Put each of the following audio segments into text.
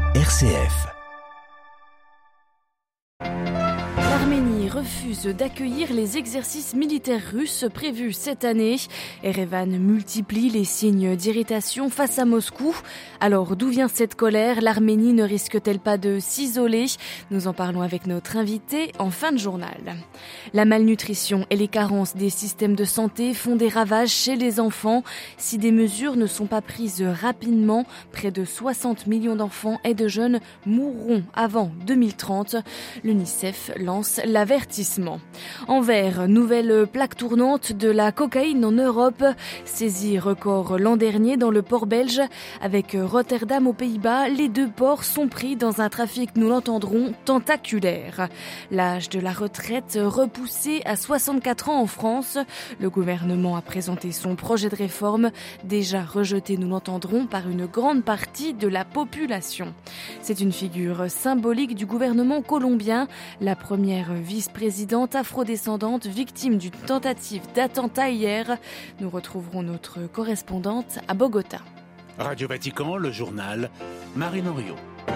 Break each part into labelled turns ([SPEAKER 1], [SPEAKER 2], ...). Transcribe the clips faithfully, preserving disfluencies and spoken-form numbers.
[SPEAKER 1] R C F.
[SPEAKER 2] L'Arménie refuse d'accueillir les exercices militaires russes prévus cette année. Erevan multiplie les signes d'irritation face à Moscou. Alors d'où vient cette colère ? L'Arménie ne risque-t-elle pas de s'isoler ? Nous en parlons avec notre invité en fin de journal. La malnutrition et les carences des systèmes de santé font des ravages chez les enfants. Si des mesures ne sont pas prises rapidement, près de soixante millions d'enfants et de jeunes mourront avant deux mille trente. L'UNICEF lance l'avertissement. Anvers, nouvelle plaque tournante de la cocaïne en Europe. Saisie record l'an dernier dans le port belge. Avec Rotterdam aux Pays-Bas, les deux ports sont pris dans un trafic, nous l'entendrons, tentaculaire. L'âge de la retraite repoussé à soixante-quatre ans en France. Le gouvernement a présenté son projet de réforme, déjà rejeté, nous l'entendrons, par une grande partie de la population. C'est une figure symbolique du gouvernement colombien, la première vice-présidente afrodescendante victime d'une tentative d'attentat hier. Nous retrouverons notre correspondante à Bogota.
[SPEAKER 3] Radio Vatican, le journal, Marine Henriot.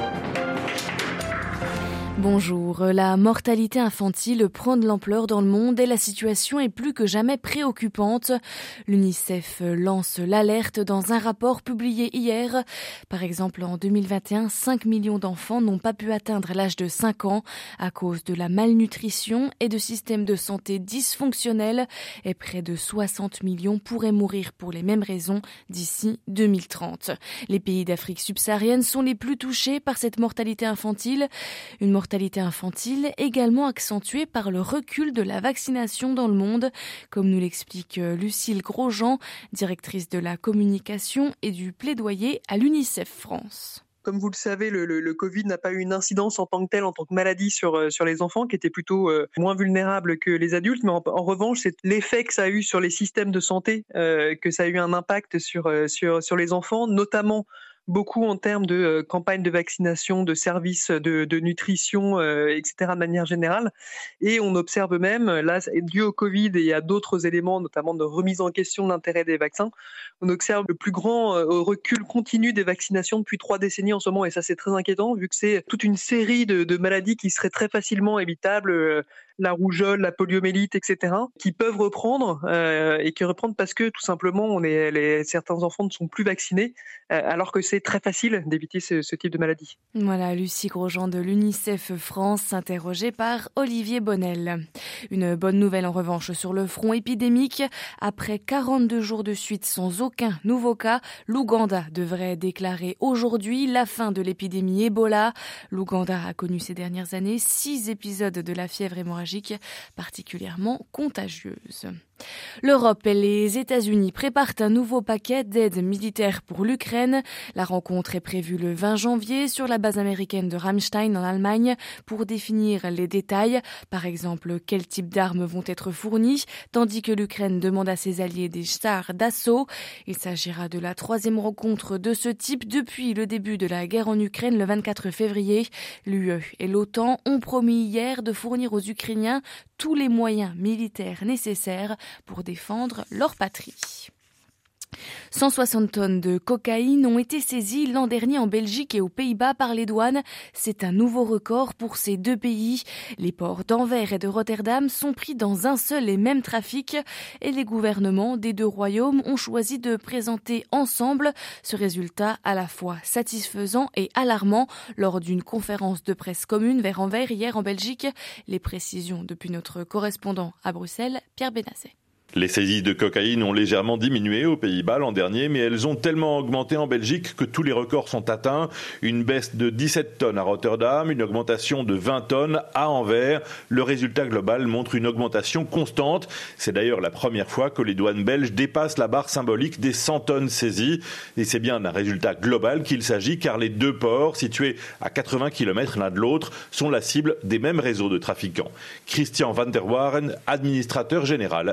[SPEAKER 2] Bonjour. La mortalité infantile prend de l'ampleur dans le monde et la situation est plus que jamais préoccupante. L'UNICEF lance l'alerte dans un rapport publié hier. Par exemple, en deux mille vingt et un, cinq millions d'enfants n'ont pas pu atteindre l'âge de cinq ans à cause de la malnutrition et de systèmes de santé dysfonctionnels et près de soixante millions pourraient mourir pour les mêmes raisons d'ici deux mille trente. Les pays d'Afrique subsaharienne sont les plus touchés par cette mortalité infantile. Une mortalité infantile également accentuée par le recul de la vaccination dans le monde, comme nous l'explique Lucille Grosjean, directrice de la communication et du plaidoyer à l'UNICEF France.
[SPEAKER 4] Comme vous le savez, le, le, le Covid n'a pas eu une incidence en tant que telle, en tant que maladie sur, sur les enfants, qui étaient plutôt euh, moins vulnérables que les adultes. Mais en, en revanche, c'est l'effet que ça a eu sur les systèmes de santé, euh, que ça a eu un impact sur, euh, sur, sur les enfants, notamment beaucoup en termes de euh, campagnes de vaccination, de services de, de nutrition, euh, et cetera de manière générale. Et on observe même, là, dû au Covid et à d'autres éléments, notamment de remise en question de l'intérêt des vaccins, on observe le plus grand euh, recul continu des vaccinations depuis trois décennies en ce moment. Et ça, c'est très inquiétant, vu que c'est toute une série de, de maladies qui seraient très facilement évitables, euh, la rougeole, la poliomyélite, et cetera, qui peuvent reprendre euh, et qui reprennent parce que tout simplement, on est, les, certains enfants ne sont plus vaccinés, euh, alors que c'est très facile d'éviter ce, ce type de maladie.
[SPEAKER 2] Voilà, Lucie Grosjean de l'UNICEF France, interrogée par Olivier Bonnel. Une bonne nouvelle en revanche sur le front épidémique. Après quarante-deux jours de suite sans aucun nouveau cas, l'Ouganda devrait déclarer aujourd'hui la fin de l'épidémie Ebola. L'Ouganda a connu ces dernières années six épisodes de la fièvre hémorragique particulièrement contagieuse. L'Europe et les États-Unis préparent un nouveau paquet d'aide militaire pour l'Ukraine. La rencontre est prévue le vingt janvier sur la base américaine de Ramstein en Allemagne pour définir les détails. Par exemple, quel type d'armes vont être fournies, tandis que l'Ukraine demande à ses alliés des chars d'assaut. Il s'agira de la troisième rencontre de ce type depuis le début de la guerre en Ukraine le vingt-quatre février. L'U E et l'OTAN ont promis hier de fournir aux Ukrainiens tous les moyens militaires nécessaires pour défendre leur patrie. cent soixante tonnes de cocaïne ont été saisies l'an dernier en Belgique et aux Pays-Bas par les douanes. C'est un nouveau record pour ces deux pays. Les ports d'Anvers et de Rotterdam sont pris dans un seul et même trafic et les gouvernements des deux royaumes ont choisi de présenter ensemble ce résultat à la fois satisfaisant et alarmant lors d'une conférence de presse commune vers Anvers hier en Belgique. Les précisions depuis notre correspondant à Bruxelles, Pierre Benazet.
[SPEAKER 5] Les saisies de cocaïne ont légèrement diminué aux Pays-Bas l'an dernier, mais elles ont tellement augmenté en Belgique que tous les records sont atteints. Une baisse de dix-sept tonnes à Rotterdam, une augmentation de vingt tonnes à Anvers. Le résultat global montre une augmentation constante. C'est d'ailleurs la première fois que les douanes belges dépassent la barre symbolique des cent tonnes saisies. Et c'est bien d'un résultat global qu'il s'agit, car les deux ports, situés à quatre-vingts kilomètres l'un de l'autre, sont la cible des mêmes réseaux de trafiquants. Christian van der Waren, administrateur général des douanes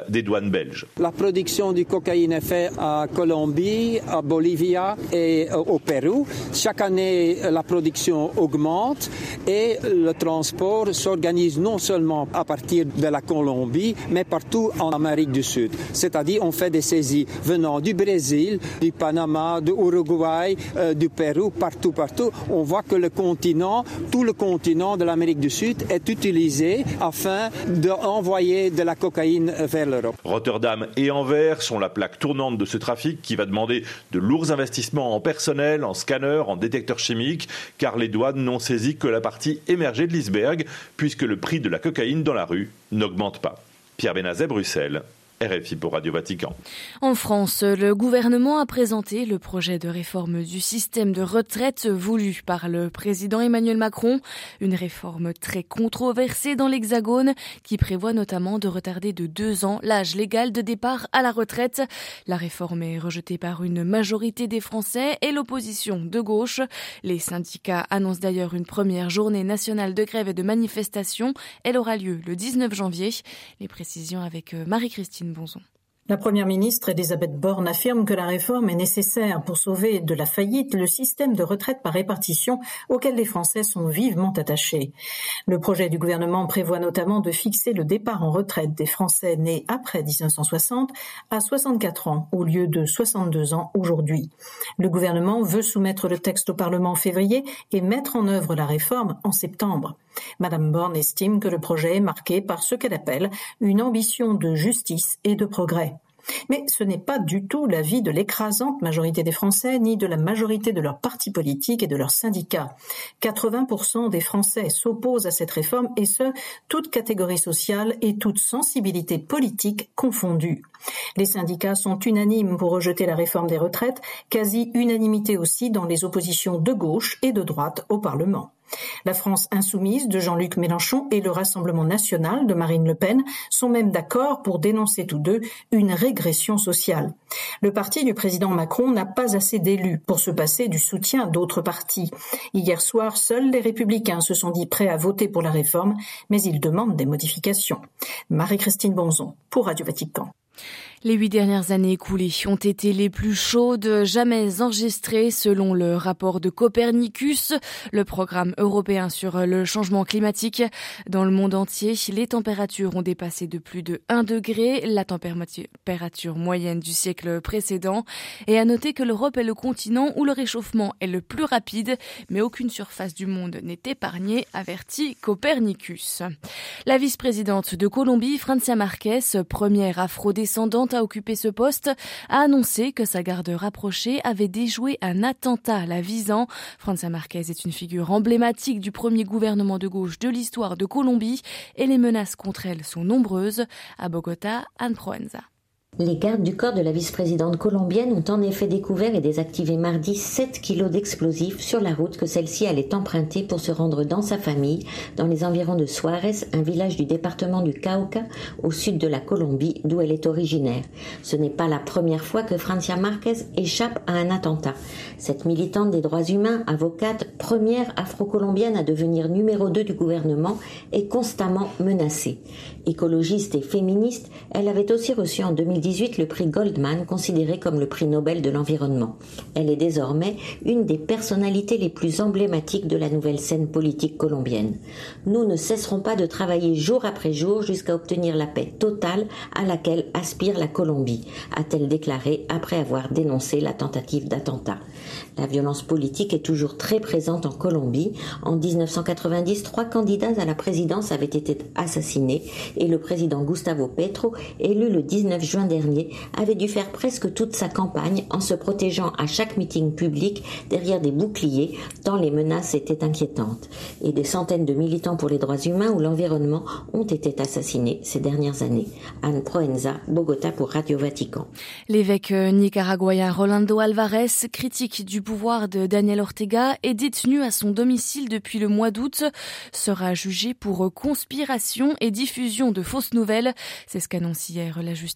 [SPEAKER 5] belge.
[SPEAKER 1] La production de cocaïne est faite à Colombie, à Bolivie et au Pérou. Chaque année, la production augmente et le transport s'organise non seulement à partir de la Colombie, mais partout en Amérique du Sud. C'est-à-dire on fait des saisies venant du Brésil, du Panama, du Uruguay, euh, du Pérou, partout, partout. On voit que le continent, tout le continent de l'Amérique du Sud est utilisé afin d'envoyer de la cocaïne vers l'Europe.
[SPEAKER 5] Rotterdam et Anvers sont la plaque tournante de ce trafic qui va demander de lourds investissements en personnel, en scanners, en détecteurs chimiques, car les douanes n'ont saisi que la partie émergée de l'iceberg, puisque le prix de la cocaïne dans la rue n'augmente pas. Pierre Benazet, Bruxelles. R F I pour Radio Vatican.
[SPEAKER 2] En France, le gouvernement a présenté le projet de réforme du système de retraite voulu par le président Emmanuel Macron. Une réforme très controversée dans l'Hexagone qui prévoit notamment de retarder de deux ans l'âge légal de départ à la retraite. La réforme est rejetée par une majorité des Français et l'opposition de gauche. Les syndicats annoncent d'ailleurs une première journée nationale de grève et de manifestation. Elle aura lieu le dix-neuf janvier. Les précisions avec Marie-Christine Bonzon.
[SPEAKER 6] La première ministre Elisabeth Borne affirme que la réforme est nécessaire pour sauver de la faillite le système de retraite par répartition auquel les Français sont vivement attachés. Le projet du gouvernement prévoit notamment de fixer le départ en retraite des Français nés après dix-neuf cent soixante à soixante-quatre ans au lieu de soixante-deux ans aujourd'hui. Le gouvernement veut soumettre le texte au Parlement en février et mettre en œuvre la réforme en septembre. Madame Borne estime que le projet est marqué par ce qu'elle appelle une ambition de justice et de progrès. Mais ce n'est pas du tout l'avis de l'écrasante majorité des Français, ni de la majorité de leurs partis politiques et de leurs syndicats. quatre-vingts pour cent des Français s'opposent à cette réforme, et ce, toute catégorie sociale et toute sensibilité politique confondues. Les syndicats sont unanimes pour rejeter la réforme des retraites, quasi-unanimité aussi dans les oppositions de gauche et de droite au Parlement. La France insoumise de Jean-Luc Mélenchon et le Rassemblement national de Marine Le Pen sont même d'accord pour dénoncer tous deux une régression sociale. Le parti du président Macron n'a pas assez d'élus pour se passer du soutien d'autres partis. Hier soir, seuls les Républicains se sont dit prêts à voter pour la réforme, mais ils demandent des modifications. Marie-Christine Bonzon pour Radio Vatican.
[SPEAKER 2] Les huit dernières années écoulées ont été les plus chaudes jamais enregistrées selon le rapport de Copernicus, le programme européen sur le changement climatique. Dans le monde entier, les températures ont dépassé de plus de un degré la température moyenne du siècle précédent. Et à noter que l'Europe est le continent où le réchauffement est le plus rapide, mais aucune surface du monde n'est épargnée, avertit Copernicus. La vice-présidente de Colombie, Francia Márquez, première afro-descendante à occuper ce poste, a annoncé que sa garde rapprochée avait déjoué un attentat la visant. Francia Márquez est une figure emblématique du premier gouvernement de gauche de l'histoire de Colombie et les menaces contre elle sont nombreuses. À Bogota, Anne Proenza.
[SPEAKER 7] Les gardes du corps de la vice-présidente colombienne ont en effet découvert et désactivé mardi sept kilos d'explosifs sur la route que celle-ci allait emprunter pour se rendre dans sa famille, dans les environs de Suárez, un village du département du Cauca, au sud de la Colombie, d'où elle est originaire. Ce n'est pas la première fois que Francia Márquez échappe à un attentat. Cette militante des droits humains, avocate, première afro-colombienne à devenir numéro deux du gouvernement, est constamment menacée. Écologiste et féministe, elle avait aussi reçu en deux mille dix-huit le prix Goldman, considéré comme le prix Nobel de l'environnement. Elle est désormais une des personnalités les plus emblématiques de la nouvelle scène politique colombienne. Nous ne cesserons pas de travailler jour après jour jusqu'à obtenir la paix totale à laquelle aspire la Colombie, a-t-elle déclaré après avoir dénoncé la tentative d'attentat. La violence politique est toujours très présente en Colombie. En dix-neuf cent quatre-vingt-dix, trois candidats à la présidence avaient été assassinés et le président Gustavo Petro, élu le dix-neuf juin dernier, avait dû faire presque toute sa campagne en se protégeant à chaque meeting public derrière des boucliers, tant les menaces étaient inquiétantes. Et des centaines de militants pour les droits humains ou l'environnement ont été assassinés ces dernières années. Anne Proenza, Bogota pour Radio Vatican.
[SPEAKER 2] L'évêque nicaraguayen Rolando Alvarez, critique du pouvoir de Daniel Ortega, est détenu à son domicile depuis le mois d'août, sera jugé pour conspiration et diffusion de fausses nouvelles. C'est ce qu'annonce hier la justice du Nicaragua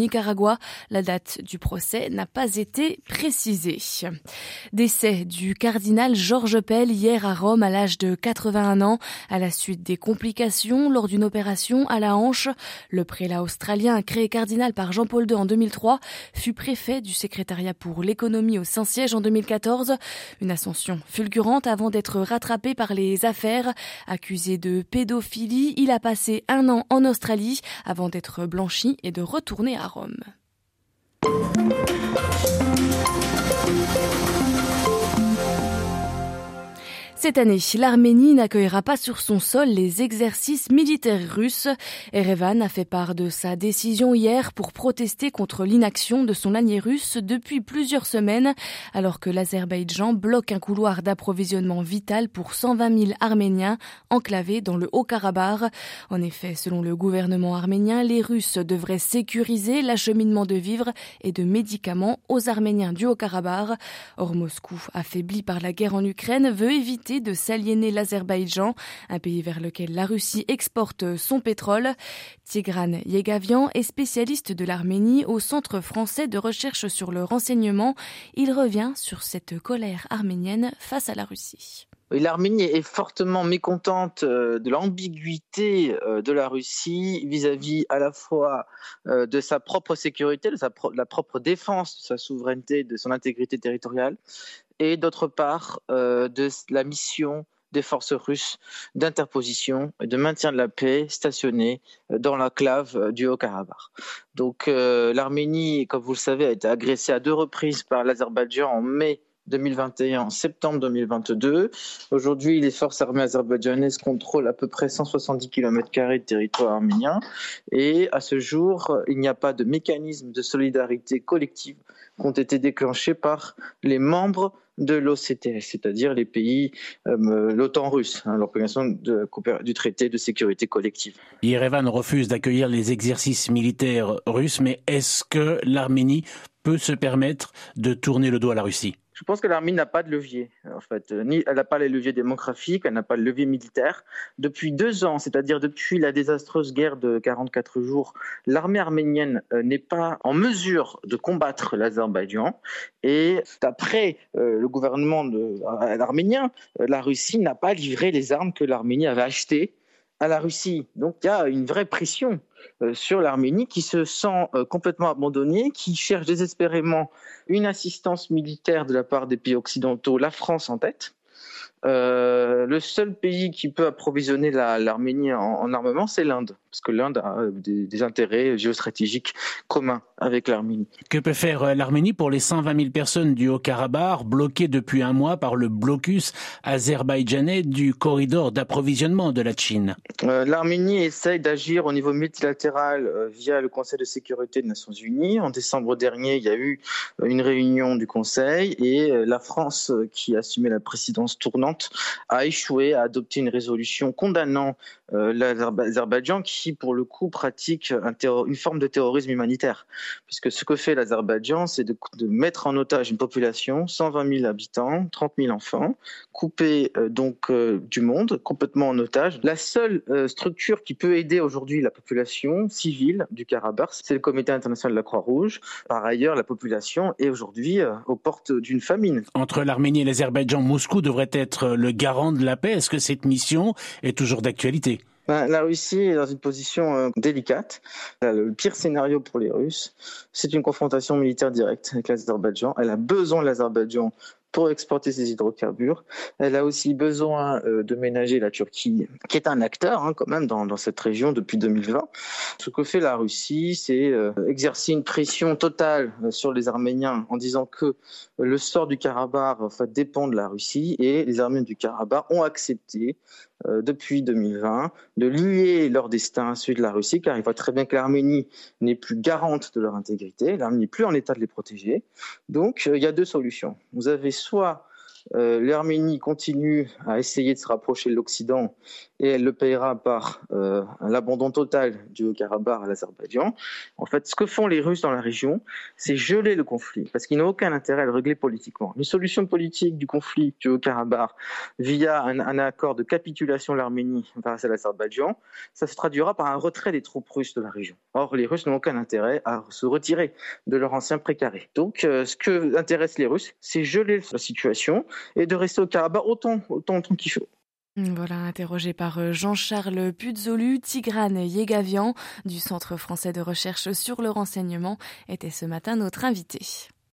[SPEAKER 2] Nicaragua. La date du procès n'a pas été précisée. Décès du cardinal Georges Pell hier à Rome à l'âge de quatre-vingt-un ans à la suite des complications lors d'une opération à la hanche. Le prélat australien créé cardinal par Jean-Paul deux en deux mille trois fut préfet du secrétariat pour l'économie au Saint-Siège en deux mille quatorze. Une ascension fulgurante avant d'être rattrapé par les affaires. Accusé de pédophilie, il a passé un an en Australie avant d'être blanchi et de retourner à Rome. Cette année, l'Arménie n'accueillera pas sur son sol les exercices militaires russes. Erevan a fait part de sa décision hier pour protester contre l'inaction de son allié russe depuis plusieurs semaines, alors que l'Azerbaïdjan bloque un couloir d'approvisionnement vital pour cent vingt mille Arméniens enclavés dans le Haut-Karabakh. En effet, selon le gouvernement arménien, les Russes devraient sécuriser l'acheminement de vivres et de médicaments aux Arméniens du Haut-Karabakh. Or, Moscou, affaibli par la guerre en Ukraine, veut éviter de s'aliéner l'Azerbaïdjan, un pays vers lequel la Russie exporte son pétrole. Tigran Yegavian est spécialiste de l'Arménie au Centre français de recherche sur le renseignement. Il revient sur cette colère arménienne face à la Russie.
[SPEAKER 8] L'Arménie est fortement mécontente de l'ambiguïté de la Russie vis-à-vis à la fois de sa propre sécurité, de, sa pro- de la propre défense de sa souveraineté, de son intégrité territoriale, et d'autre part euh, de la mission des forces russes d'interposition et de maintien de la paix stationnées dans l'enclave du Haut-Karabakh. Donc euh, l'Arménie, comme vous le savez, a été agressée à deux reprises par l'Azerbaïdjan en mai deux mille vingt et un, en septembre deux mille vingt-deux. Aujourd'hui, les forces armées azerbaïdjanaises contrôlent à peu près cent soixante-dix kilomètres carrés de territoire arménien. Et à ce jour, il n'y a pas de mécanisme de solidarité collective qui ont été déclenchés par les membres de l'O C T S, c'est-à-dire les pays, euh, l'OTAN russe, hein, l'organisation de, du traité de sécurité collective.
[SPEAKER 9] Yerevan refuse d'accueillir les exercices militaires russes, mais est-ce que l'Arménie peut se permettre de tourner le dos à la Russie ?
[SPEAKER 8] Je pense que l'Arménie n'a pas de levier, en fait. Ni, elle n'a pas les leviers démographiques, elle n'a pas le levier militaire. Depuis deux ans, c'est-à-dire depuis la désastreuse guerre de quarante-quatre jours, l'armée arménienne euh, n'est pas en mesure de combattre l'Azerbaïdjan. Et d'après euh, le gouvernement de, euh, arménien, euh, la Russie n'a pas livré les armes que l'Arménie avait achetées à la Russie. Donc il y a une vraie pression euh, sur l'Arménie qui se sent euh, complètement abandonnée, qui cherche désespérément une assistance militaire de la part des pays occidentaux, la France en tête. Euh, le seul pays qui peut approvisionner la, l'Arménie en, en armement, c'est l'Inde, parce que l'Inde a des, des intérêts géostratégiques communs avec l'Arménie.
[SPEAKER 9] Que peut faire l'Arménie pour les cent vingt mille personnes du Haut-Karabakh bloquées depuis un mois par le blocus azerbaïdjanais du corridor d'approvisionnement de la Chine ?
[SPEAKER 8] euh, L'Arménie essaye d'agir au niveau multilatéral euh, via le Conseil de sécurité des Nations Unies. En décembre dernier, il y a eu une réunion du Conseil et euh, la France, euh, qui a assumé la présidence tournante, a échoué à adopter une résolution condamnant euh, l'Azerbaïdjan qui, pour le coup, pratique un terror, une forme de terrorisme humanitaire. Puisque ce que fait l'Azerbaïdjan, c'est de, de mettre en otage une population, cent vingt mille habitants, trente mille enfants, coupés euh, donc euh, du monde, complètement en otage. La seule euh, structure qui peut aider aujourd'hui la population civile du Karabakh, c'est le Comité international de la Croix-Rouge. Par ailleurs, la population est aujourd'hui euh, aux portes d'une famine.
[SPEAKER 9] Entre l'Arménie et l'Azerbaïdjan, Moscou devrait être le garant de la paix. Est-ce que cette mission est toujours d'actualité ?
[SPEAKER 8] Ben, la Russie est dans une position euh, délicate. Le pire scénario pour les Russes, c'est une confrontation militaire directe avec l'Azerbaïdjan. Elle a besoin de l'Azerbaïdjan pour exporter ses hydrocarbures. Elle a aussi besoin euh, de ménager la Turquie, qui est un acteur hein, quand même dans, dans cette région depuis deux mille vingt. Ce que fait la Russie, c'est euh, exercer une pression totale euh, sur les Arméniens en disant que euh, le sort du Karabakh en fait, dépend de la Russie et les Arméniens du Karabakh ont accepté euh, depuis deux mille vingt de lier leur destin à celui de la Russie, car ils voient très bien que l'Arménie n'est plus garante de leur intégrité, l'Arménie n'est plus en état de les protéger. Donc euh, il y a deux solutions. Vous avez soit euh, l'Arménie continue à essayer de se rapprocher de l'Occident et elle le payera par euh, l'abandon total du Haut-Karabakh à l'Azerbaïdjan. En fait, ce que font les Russes dans la région, c'est geler le conflit, parce qu'ils n'ont aucun intérêt à le régler politiquement. Une solution politique du conflit du Haut-Karabakh via un, un accord de capitulation de l'Arménie face à l'Azerbaïdjan, ça se traduira par un retrait des troupes russes de la région. Or, les Russes n'ont aucun intérêt à se retirer de leur ancien précaré. Donc, euh, ce que intéresse les Russes, c'est geler la situation et de rester au Karabakh autant, autant, autant qu'il faut.
[SPEAKER 2] Voilà, interrogé par Jean-Charles Puzolu, Tigrane Yegavian du Centre français de recherche sur le renseignement était ce matin notre invité.